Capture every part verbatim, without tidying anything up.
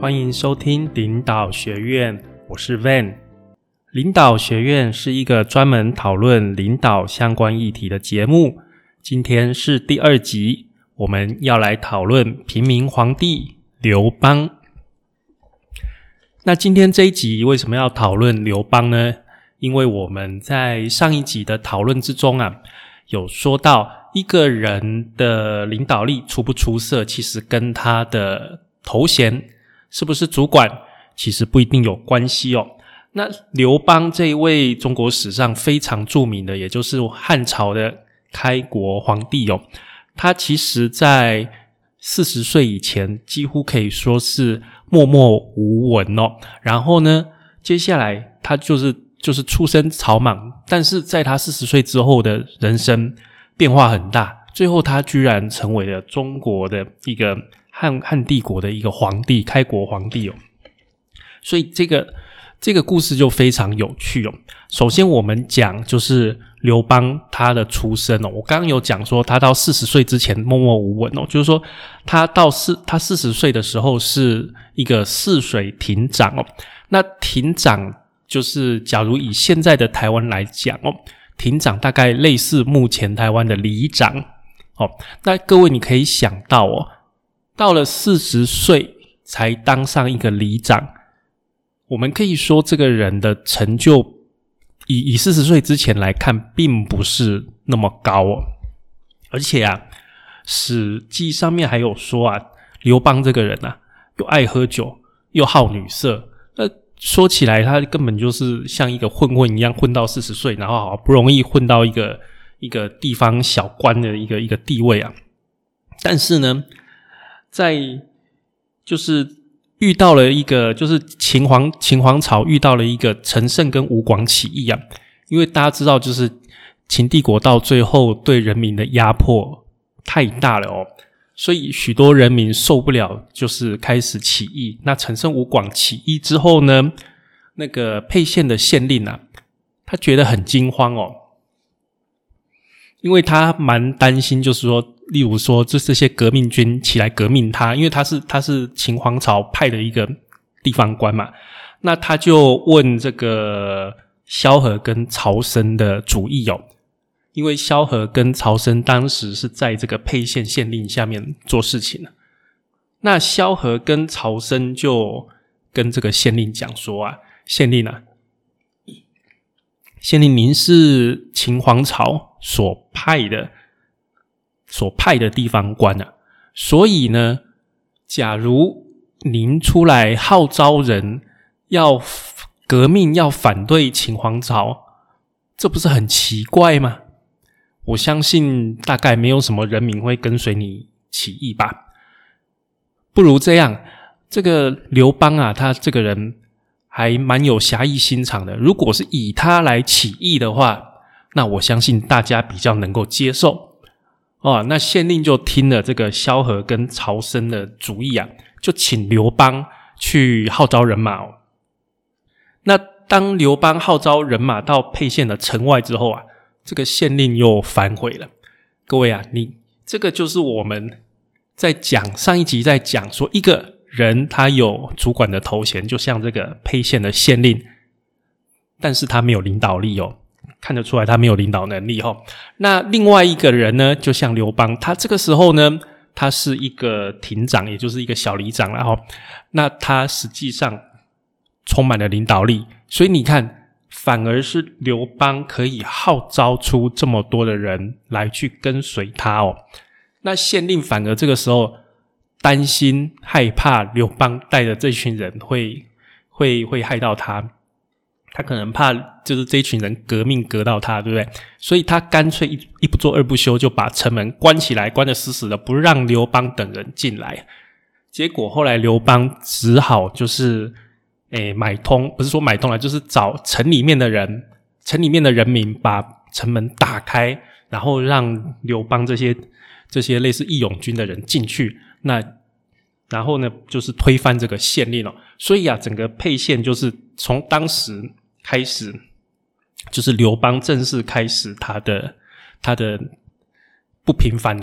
欢迎收听领导学院，我是 Van。 领导学院是一个专门讨论领导相关议题的节目，今天是第二集，我们要来讨论平民皇帝刘邦。那今天这一集为什么要讨论刘邦呢？因为我们在上一集的讨论之中啊，有说到一个人的领导力出不出色，其实跟他的头衔是不是主管其实不一定有关系哦。那刘邦这一位中国史上非常著名的，也就是汉朝的开国皇帝哦，他其实在四十岁以前几乎可以说是默默无闻哦。然后呢，接下来他就是就是出身草莽，但是在他四十岁之后的人生变化很大，最后他居然成为了中国的一个汉汉帝国的一个皇帝，开国皇帝哦。所以这个这个故事就非常有趣哦。首先我们讲就是刘邦他的出身哦，我刚刚有讲说他到四十岁之前默默无闻哦，就是说他到四他四十岁的时候是一个泗水亭长哦。那亭长就是假如以现在的台湾来讲哦，亭长大概类似目前台湾的里长哦。那各位你可以想到哦，到了四十岁才当上一个里长，我们可以说这个人的成就以以四十岁之前来看并不是那么高哦。而且啊，史记上面还有说啊，刘邦这个人啊，又爱喝酒又好女色，那说起来他根本就是像一个混混一样，混到四十岁，然后好不容易混到一个一个地方小官的一个一个地位啊。但是呢，在就是遇到了一个就是秦皇秦皇朝遇到了一个陈胜跟吴广起义啊。因为大家知道就是秦帝国到最后对人民的压迫太大了哦，所以许多人民受不了，就是开始起义。那陈胜吴广起义之后呢，那个沛县的县令啊，他觉得很惊慌哦，因为他蛮担心，就是说例如说就这些革命军起来革命他，因为他是他是秦皇朝派的一个地方官嘛。那他就问这个萧何跟曹参的主意哦，因为萧何跟曹参当时是在这个沛县县令下面做事情的。那萧何跟曹参就跟这个县令讲说啊，县令啊，县令您是秦皇朝所派的所派的地方官啊，所以呢，假如您出来号召人要革命，要反对秦皇朝，这不是很奇怪吗？我相信大概没有什么人民会跟随你起义吧。不如这样，这个刘邦啊，他这个人还蛮有侠义心肠的，如果是以他来起义的话，那我相信大家比较能够接受哦。那县令就听了这个萧何跟曹参的主意啊，就请刘邦去号召人马哦。那当刘邦号召人马到沛县的城外之后啊，这个县令又反悔了。各位啊，你这个就是我们在讲上一集在讲说，一个人他有主管的头衔，就像这个沛县的县令，但是他没有领导力哦，看得出来他没有领导能力哦。那另外一个人呢，就像刘邦，他这个时候呢，他是一个亭长，也就是一个小里长啦哦。那他实际上充满了领导力，所以你看，反而是刘邦可以号召出这么多的人来去跟随他哦。那县令反而这个时候担心害怕刘邦带着这群人会会会害到他，他可能怕就是这群人革命革到他，对不对？所以他干脆一一不做二不休，就把城门关起来，关得死死的，不让刘邦等人进来。结果后来刘邦只好就是诶买通，不是说买通了，就是找城里面的人，城里面的人民把城门打开，然后让刘邦这些这些类似义勇军的人进去。那然后呢，就是推翻这个县令哦。所以啊，整个沛县就是从当时开始，就是刘邦正式开始他的他的不平凡的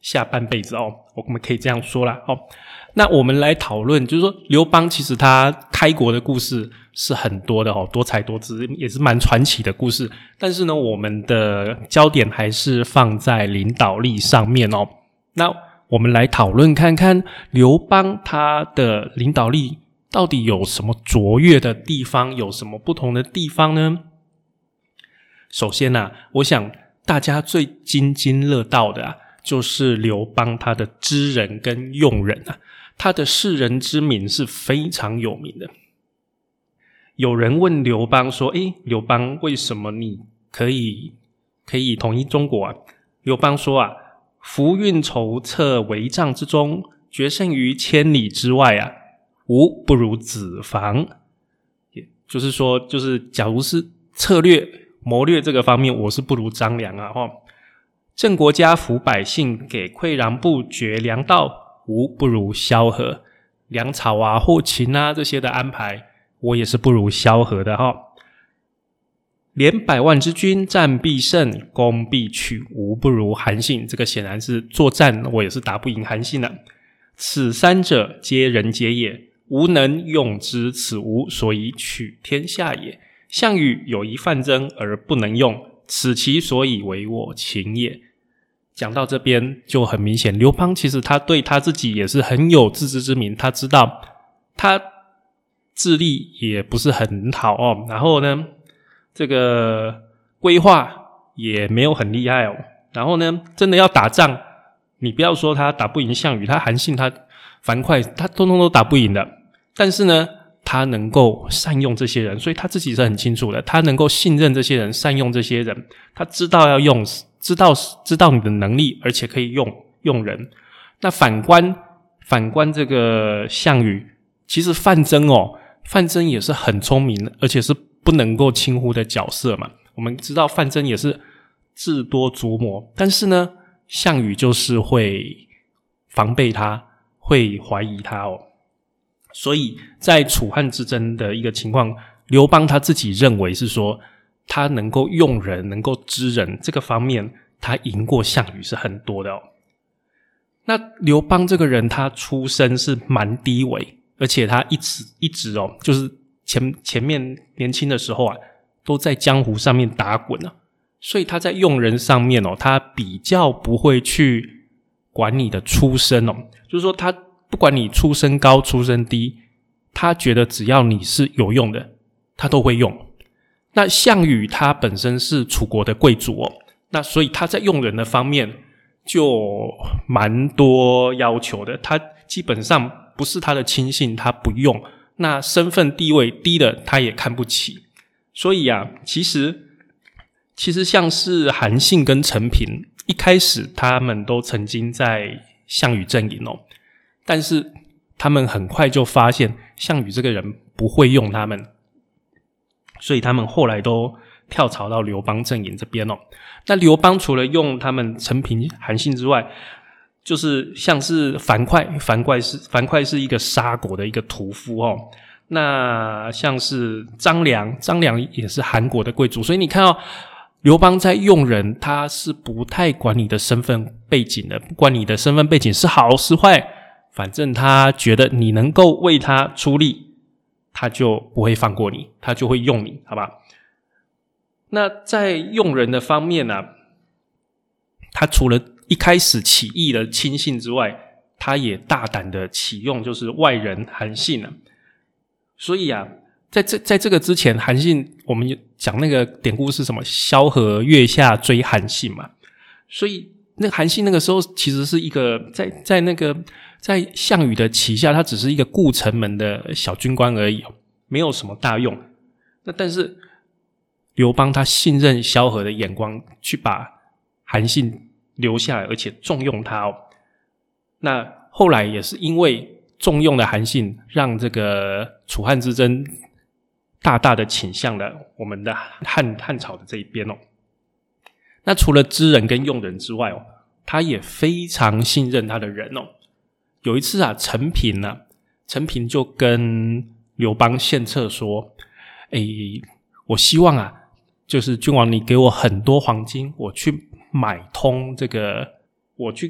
下半辈子哦，我们可以这样说啦哦。那我们来讨论，就是说刘邦其实他开国的故事是很多的哦，多彩多姿，也是蛮传奇的故事。但是呢，我们的焦点还是放在领导力上面哦。那我们来讨论看看刘邦他的领导力到底有什么卓越的地方，有什么不同的地方呢？首先啊，我想大家最津津乐道的啊，就是刘邦他的知人跟用人啊，他的世人之名是非常有名的。有人问刘邦说，诶，刘邦为什么你可以可以统一中国啊？刘邦说啊，夫运筹策帷帐之中，决胜于千里之外啊，吾不如子房。也就是说，就是假如是策略谋略这个方面，我是不如张良啊齁。郑国家扶百姓，给溃穰部绝粮道，吾不如萧何。粮草啊、后勤啊这些的安排，我也是不如萧何的齁。连百万之军，战必胜，攻必取，吾不如韩信。这个显然是作战，我也是打不赢韩信的。此三者，皆人皆也，吾能用之，此吾所以取天下也。项羽有一范增而不能用，此其所以为我秦也。讲到这边就很明显，刘邦其实他对他自己也是很有自知之明，他知道他智力也不是很好哦，然后呢这个规划也没有很厉害哦，然后呢真的要打仗，你不要说他打不赢项羽，他韩信他樊哙他通通都打不赢的，但是呢他能够善用这些人，所以他自己是很清楚的，他能够信任这些人，善用这些人，他知道要用，知道知道你的能力，而且可以用用人。那反观反观这个项羽，其实范增哦，范增也是很聪明，而且是不能够轻忽的角色嘛。我们知道范增也是智多琢磨，但是呢，项羽就是会防备他，会怀疑他哦。所以在楚汉之争的一个情况，刘邦他自己认为是说他能够用人，能够知人，这个方面他赢过项羽是很多的哦。那刘邦这个人他出身是蛮低微，而且他一直一直哦，就是前前面年轻的时候啊，都在江湖上面打滚啊，所以他在用人上面哦，他比较不会去管你的出身哦，就是说他不管你出身高出身低，他觉得只要你是有用的，他都会用。那项羽他本身是楚国的贵族哦，那所以他在用人的方面就蛮多要求的，他基本上不是他的亲信他不用，那身份地位低的他也看不起。所以啊，其实其实像是韩信跟陈平，一开始他们都曾经在项羽阵营哦，但是他们很快就发现项羽这个人不会用他们，所以他们后来都跳槽到刘邦阵营这边哦。那刘邦除了用他们陈平、韩信之外，就是像是樊哙，樊哙是樊哙是一个杀国的一个屠夫哦。那像是张良，张良也是韩国的贵族，所以你看哦，刘邦在用人，他是不太管你的身份背景的，不管你的身份背景是好是坏，反正他觉得你能够为他出力，他就不会放过你，他就会用你，好吧？那在用人的方面呢、啊，他除了一开始起义的亲信之外，他也大胆的启用就是外人韩信啊。所以啊，在这在这个之前，韩信我们讲那个典故是什么？萧何月下追韩信嘛。所以那个韩信那个时候其实是一个在在那个在项羽的旗下，他只是一个顾城门的小军官而已，没有什么大用。那但是刘邦他信任萧何的眼光，去把韩信留下来，而且重用他哦。那后来也是因为重用了韩信，让这个楚汉之争大大的倾向了我们的汉汉朝的这一边哦。那除了知人跟用人之外哦，他也非常信任他的人哦。有一次啊，陈平啊，陈平就跟刘邦献策说：“诶，我希望啊，就是君王你给我很多黄金，我去买通这个，我去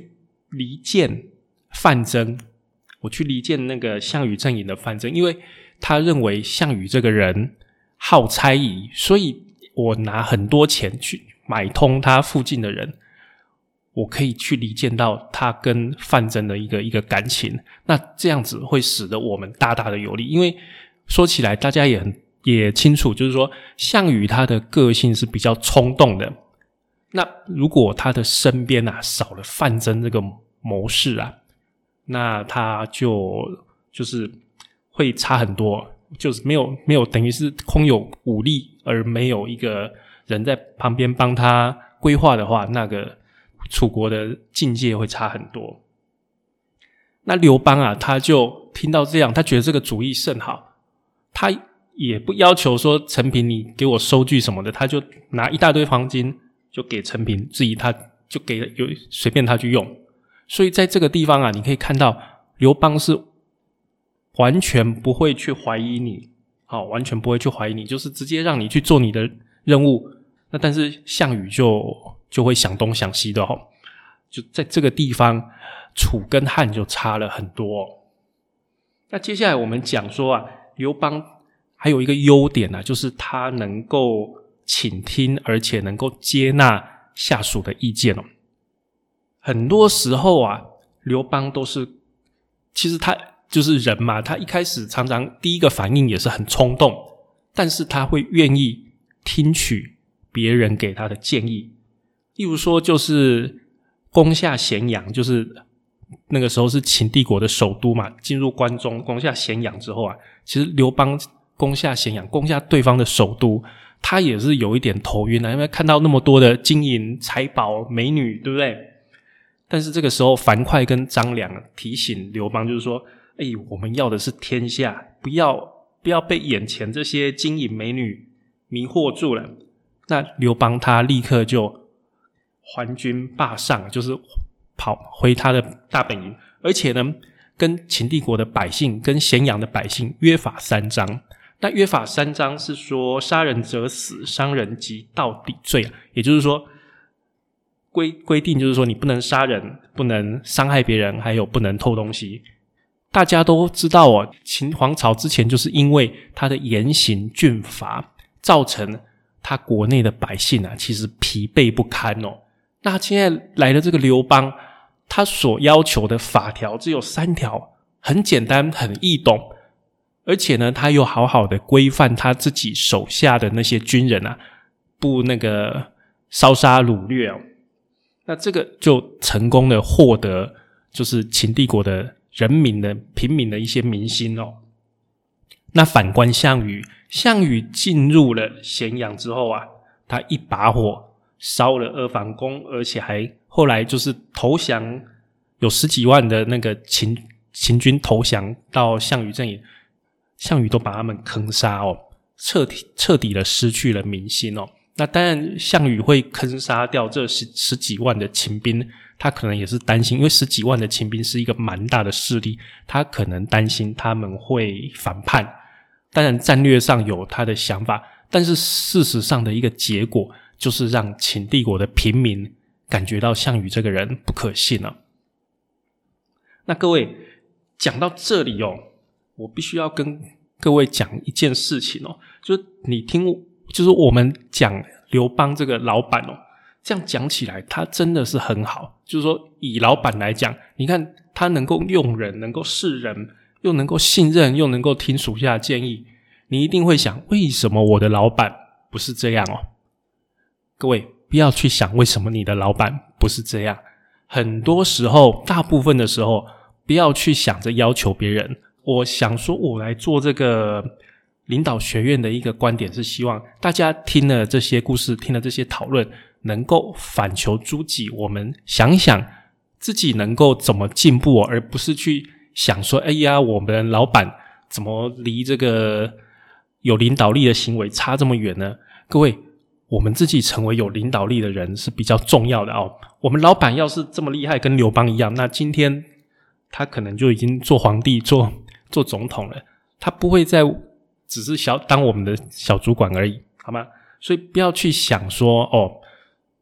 离间范增，我去离间那个项羽阵营的范增，因为他认为项羽这个人好猜疑，所以我拿很多钱去买通他附近的人，我可以去离间到他跟范增的一个一个感情，那这样子会使得我们大大的有利。因为说起来大家也很也清楚，就是说项羽他的个性是比较冲动的，那如果他的身边啊少了范增这个谋士啊，那他就就是会差很多，就是没有没有等于是空有武力而没有一个人在旁边帮他规划的话，那个楚国的境界会差很多。那刘邦啊，他就听到这样，他觉得这个主意甚好，他也不要求说陈平你给我收据什么的，他就拿一大堆黄金就给陈平，自己他就给了有随便他去用。所以在这个地方啊，你可以看到刘邦是完全不会去怀疑你，好，完全不会去怀疑你，就是直接让你去做你的任务。那但是项羽就就会想东想西的齁，就在这个地方楚跟汉就差了很多。那接下来我们讲说啊，刘邦还有一个优点啊，就是他能够倾听而且能够接纳下属的意见哦。很多时候啊，刘邦都是其实他就是人嘛，他一开始常常第一个反应也是很冲动，但是他会愿意听取别人给他的建议。例如说就是攻下咸阳，就是那个时候是秦帝国的首都嘛，进入关中攻下咸阳之后啊，其实刘邦攻下咸阳，攻下对方的首都，他也是有一点头晕啊，因为看到那么多的金银财宝美女，对不对？但是这个时候樊哙跟张良提醒刘邦，就是说诶，我们要的是天下，不要不要被眼前这些金银美女迷惑住了。那刘邦他立刻就还军霸上，就是跑回他的大本营，而且呢跟秦帝国的百姓跟咸阳的百姓约法三章。那约法三章是说杀人者死，伤人及盗抵罪，也就是说规规定就是说你不能杀人，不能伤害别人，还有不能偷东西。大家都知道哦，秦王朝之前就是因为他的严刑峻法，造成他国内的百姓啊其实疲惫不堪哦。那现在来的这个刘邦，他所要求的法条只有三条，很简单很易懂，而且呢他又好好的规范他自己手下的那些军人啊，不那个烧杀掳掠哦。那这个就成功的获得就是秦帝国的人民的平民的一些民心哦。那反观项羽，项羽进入了咸阳之后啊，他一把火烧了阿房宫，而且还后来就是投降，有十几万的那个秦秦军投降到项羽阵营，项羽都把他们坑杀哦，彻底彻底的失去了民心哦。那当然项羽会坑杀掉这十十几万的秦兵，他可能也是担心，因为十几万的秦兵是一个蛮大的势力，他可能担心他们会反叛。当然战略上有他的想法，但是事实上的一个结果就是让秦帝国的平民感觉到项羽这个人不可信了。那各位讲到这里哦，我必须要跟各位讲一件事情哦，就是你听就是我们讲刘邦这个老板哦，这样讲起来他真的是很好，就是说以老板来讲，你看他能够用人，能够识人，又能够信任，又能够听属下的建议，你一定会想为什么我的老板不是这样哦？各位不要去想为什么你的老板不是这样，很多时候大部分的时候不要去想着要求别人。我想说我来做这个领导学院的一个观点是希望大家听了这些故事，听了这些讨论，能够反求诸己，我们想想自己能够怎么进步，而不是去想说哎呀我们老板怎么离这个有领导力的行为差这么远呢？各位我们自己成为有领导力的人是比较重要的哦。我们老板要是这么厉害跟刘邦一样，那今天他可能就已经做皇帝做做总统了，他不会再只是小当我们的小主管而已，好吗？所以不要去想说哦，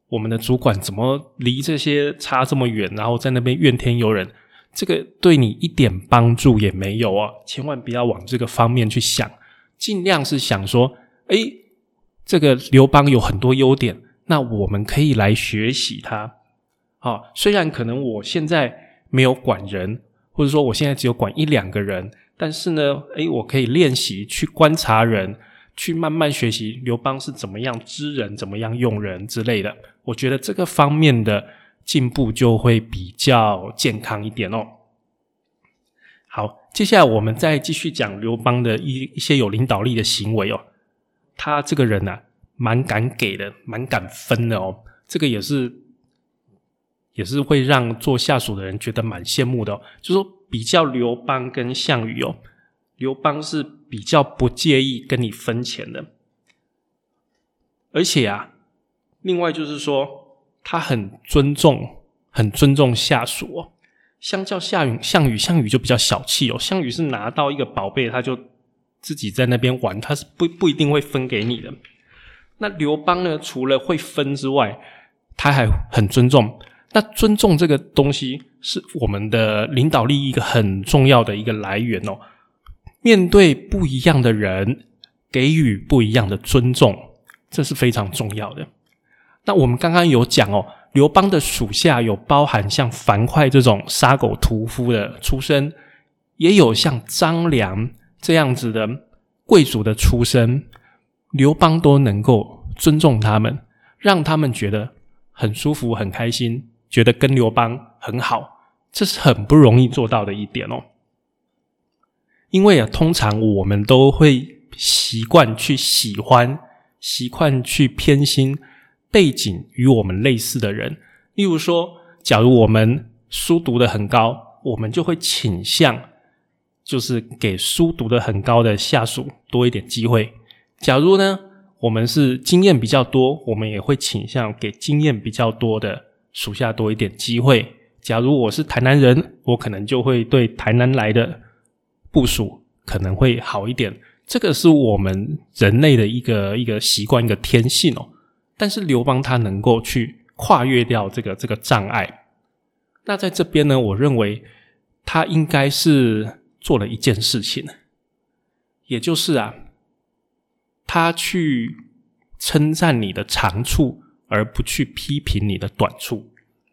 我们的主管怎么离这些差这么远，然后在那边怨天尤人，这个对你一点帮助也没有啊！千万不要往这个方面去想，尽量是想说，诶，这个刘邦有很多优点，那我们可以来学习他。哦，虽然可能我现在没有管人，或者说我现在只有管一两个人，但是呢，诶，我可以练习去观察人，去慢慢学习刘邦是怎么样知人，怎么样用人之类的。我觉得这个方面的进步就会比较健康一点哦。好，接下来我们再继续讲刘邦的一一些有领导力的行为哦。他这个人啊，蛮敢给的，蛮敢分的哦。这个也是也是会让做下属的人觉得蛮羡慕的哦。就是说比较刘邦跟项羽哦，刘邦是比较不介意跟你分钱的，而且啊，另外就是说他很尊重很尊重下属哦。相较项羽项羽项羽就比较小气哦，项羽是拿到一个宝贝他就自己在那边玩，他是不不一定会分给你的。那刘邦呢，除了会分之外，他还很尊重。那尊重这个东西是我们的领导力一个很重要的一个来源哦。面对不一样的人，给予不一样的尊重，这是非常重要的。那我们刚刚有讲哦，刘邦的属下有包含像樊哙这种杀狗屠夫的出身，也有像张良这样子的贵族的出身，刘邦都能够尊重他们，让他们觉得很舒服很开心，觉得跟刘邦很好，这是很不容易做到的一点哦。因为啊，通常我们都会习惯去喜欢，习惯去偏心背景与我们类似的人。例如说，假如我们书读得很高，我们就会倾向就是给书读得很高的下属多一点机会。假如呢，我们是经验比较多，我们也会倾向给经验比较多的属下多一点机会。假如我是台南人，我可能就会对台南来的部属可能会好一点。这个是我们人类的一个一个习惯，一个天性哦。但是刘邦他能够去跨越掉这个这个障碍。那在这边呢，我认为他应该是做了一件事情，也就是啊，他去称赞你的长处，而不去批评你的短处。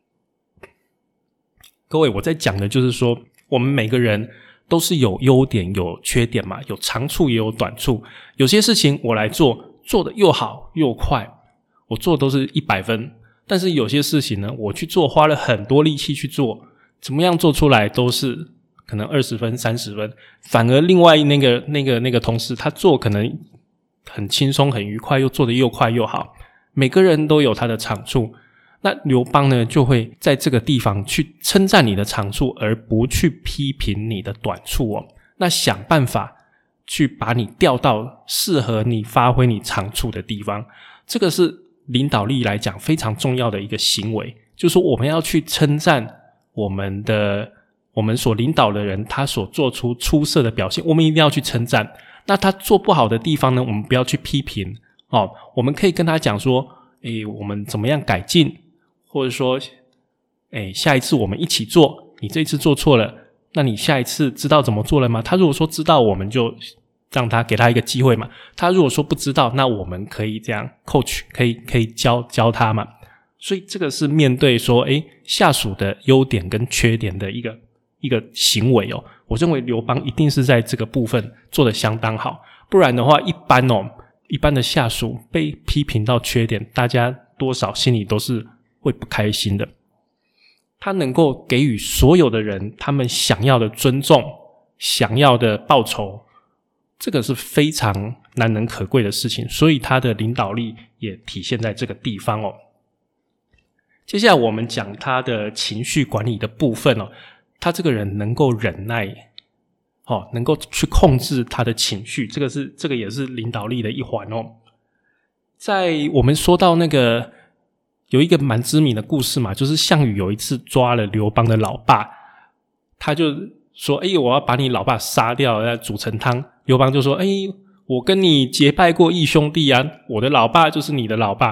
各位，我在讲的就是说，我们每个人都是有优点有缺点嘛，有长处也有短处。有些事情我来做，做得又好又快，我做的都是一百分，但是有些事情呢，我去做花了很多力气去做，怎么样做出来都是可能二十分三十分，反而另外那个那个那个同事他做可能很轻松很愉快，又做得又快又好。每个人都有他的长处，那刘邦呢，就会在这个地方去称赞你的长处，而不去批评你的短处哦。那想办法去把你调到适合你发挥你长处的地方，这个是领导力来讲非常重要的一个行为，就是说我们要去称赞我们的我们所领导的人他所做出出色的表现，我们一定要去称赞。那他做不好的地方呢，我们不要去批评哦，我们可以跟他讲说，诶，我们怎么样改进，或者说诶，下一次我们一起做，你这一次做错了，那你下一次知道怎么做了吗？他如果说知道，我们就让他给他一个机会嘛。他如果说不知道，那我们可以这样 coach 可以可以教教他嘛。所以这个是面对说诶下属的优点跟缺点的一个一个行为哦。我认为刘邦一定是在这个部分做得相当好，不然的话一般哦一般的下属被批评到缺点，大家多少心里都是会不开心的。他能够给予所有的人他们想要的尊重，想要的报酬，这个是非常难能可贵的事情，所以他的领导力也体现在这个地方哦。接下来我们讲他的情绪管理的部分哦，他这个人能够忍耐哦，能够去控制他的情绪，这个是这个也是领导力的一环哦。在我们说到那个有一个蛮知名的故事嘛，就是项羽有一次抓了刘邦的老爸，他就说诶我要把你老爸杀掉要煮成汤。刘邦就说诶我跟你结拜过义兄弟啊，我的老爸就是你的老爸。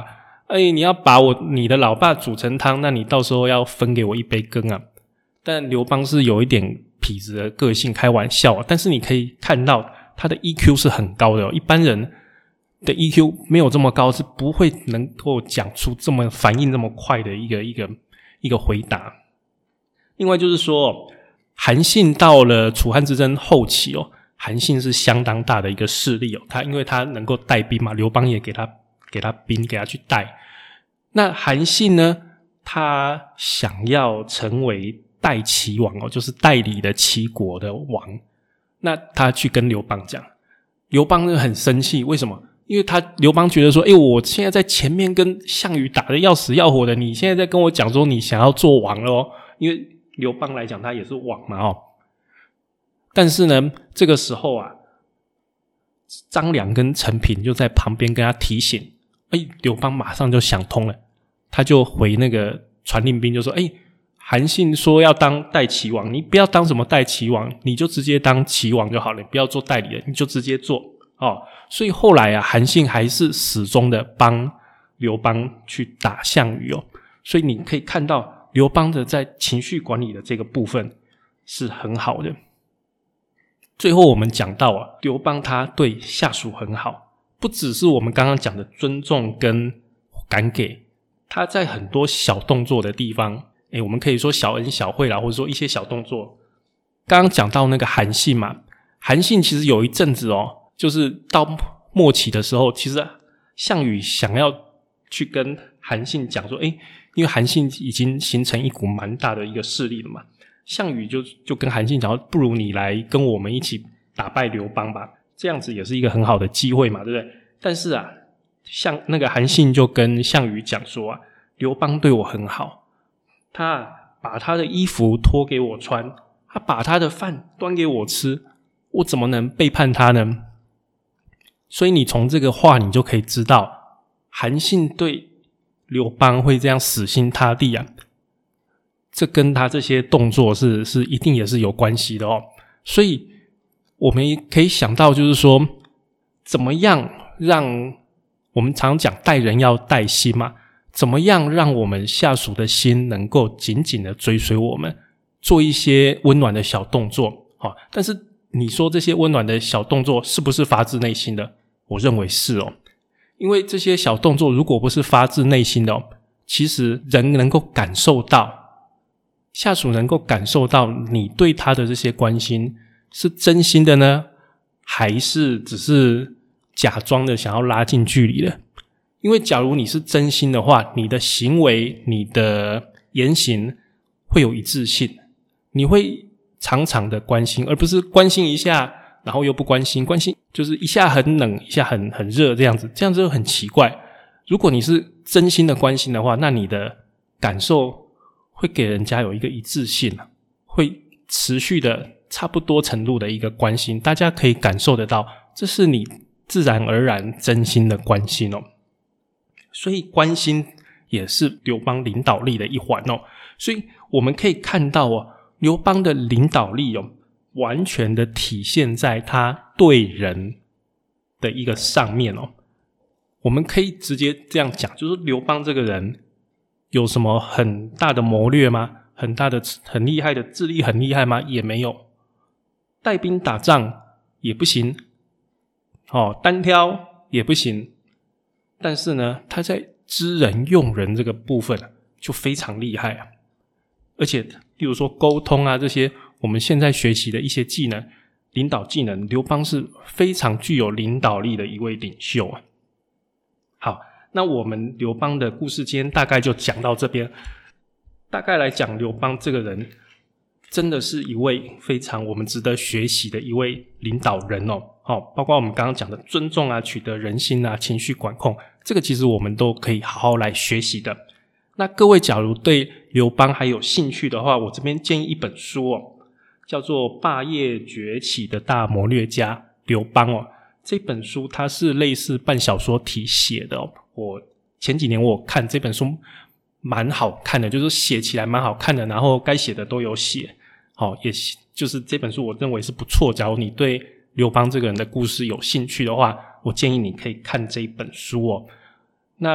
哎，你要把我你的老爸煮成汤，那你到时候要分给我一杯羹啊。但刘邦是有一点痞子的个性，开玩笑啊，但是你可以看到他的 E Q 是很高的哦，一般人的 E Q 没有这么高，是不会能够讲出这么反应这么快的一个一个一个回答。另外就是说，韩信到了楚汉之争后期哦，韩信是相当大的一个势力哦，他因为他能够带兵嘛，刘邦也给他给他兵给他去带。那韩信呢，他想要成为代齐王哦，就是代理的齐国的王。那他去跟刘邦讲，刘邦就很生气，为什么？因为他刘邦觉得说，诶，我现在在前面跟项羽打得要死要活的，你现在在跟我讲说你想要做王了哦。因为刘邦来讲他也是王嘛哦。但是呢，这个时候啊，张良跟陈平就在旁边跟他提醒，诶，刘邦马上就想通了，他就回那个传令兵就说，诶，韩信说要当代齐王，你不要当什么代齐王，你就直接当齐王就好了，你不要做代理人，你就直接做哦。所以后来啊，韩信还是始终的帮刘邦去打项羽哦。所以你可以看到刘邦的在情绪管理的这个部分是很好的。最后我们讲到啊，刘邦他对下属很好，不只是我们刚刚讲的尊重跟敢给，他在很多小动作的地方，诶，我们可以说小恩小惠啦，或者说一些小动作。刚刚讲到那个韩信嘛，韩信其实有一阵子哦，就是到末期的时候，其实项羽想要去跟韩信讲说，诶，因为韩信已经形成一股蛮大的一个势力了嘛，项羽就就跟韩信讲，不如你来跟我们一起打败刘邦吧，这样子也是一个很好的机会嘛，对不对？但是啊，像那个韩信就跟项羽讲说啊，刘邦对我很好，他把他的衣服脱给我穿，他把他的饭端给我吃，我怎么能背叛他呢？所以你从这个话你就可以知道，韩信对刘邦会这样死心塌地啊，这跟他这些动作是是一定也是有关系的哦。所以我们也可以想到，就是说怎么样让我们常讲带人要带心嘛，怎么样让我们下属的心能够紧紧的追随我们，做一些温暖的小动作、哦、但是你说这些温暖的小动作是不是发自内心的？我认为是哦，因为这些小动作如果不是发自内心的哦，其实人能够感受到，下属能够感受到你对他的这些关心是真心的呢，还是只是假装的想要拉近距离的？因为假如你是真心的话，你的行为你的言行会有一致性，你会常常的关心，而不是关心一下然后又不关心，关心就是一下很冷一下很很热这样子，这样子就很奇怪。如果你是真心的关心的话，那你的感受会给人家有一个一致性，会持续的差不多程度的一个关心，大家可以感受得到，这是你自然而然真心的关心哦。所以关心也是刘邦领导力的一环哦。所以我们可以看到哦，刘邦的领导力哦，完全的体现在他对人的一个上面哦。我们可以直接这样讲，就是刘邦这个人有什么很大的谋略吗？很大的很厉害的智力很厉害吗？也没有。带兵打仗也不行，哦，单挑也不行。但是呢，他在知人用人这个部分就非常厉害啊。而且例如说沟通啊，这些我们现在学习的一些技能，领导技能，刘邦是非常具有领导力的一位领袖啊。好，那我们刘邦的故事今天大概就讲到这边。大概来讲，刘邦这个人真的是一位非常我们值得学习的一位领导人哦。好，包括我们刚刚讲的尊重啊、取得人心啊、情绪管控，这个其实我们都可以好好来学习的。那各位假如对刘邦还有兴趣的话，我这边建议一本书哦，叫做《霸业崛起的大谋略家刘邦》哦。这本书它是类似半小说体写的哦。我前几年我看这本书蛮好看的，就是写起来蛮好看的，然后该写的都有写。好，也就是这本书我认为是不错，假如你对刘邦这个人的故事有兴趣的话，我建议你可以看这一本书哦。那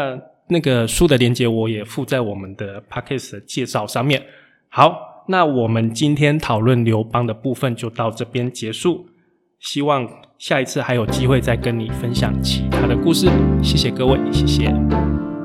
那个书的连结我也附在我们的 Podcast 的介绍上面。好，那我们今天讨论刘邦的部分就到这边结束，希望下一次还有机会再跟你分享其他的故事。谢谢各位，谢谢。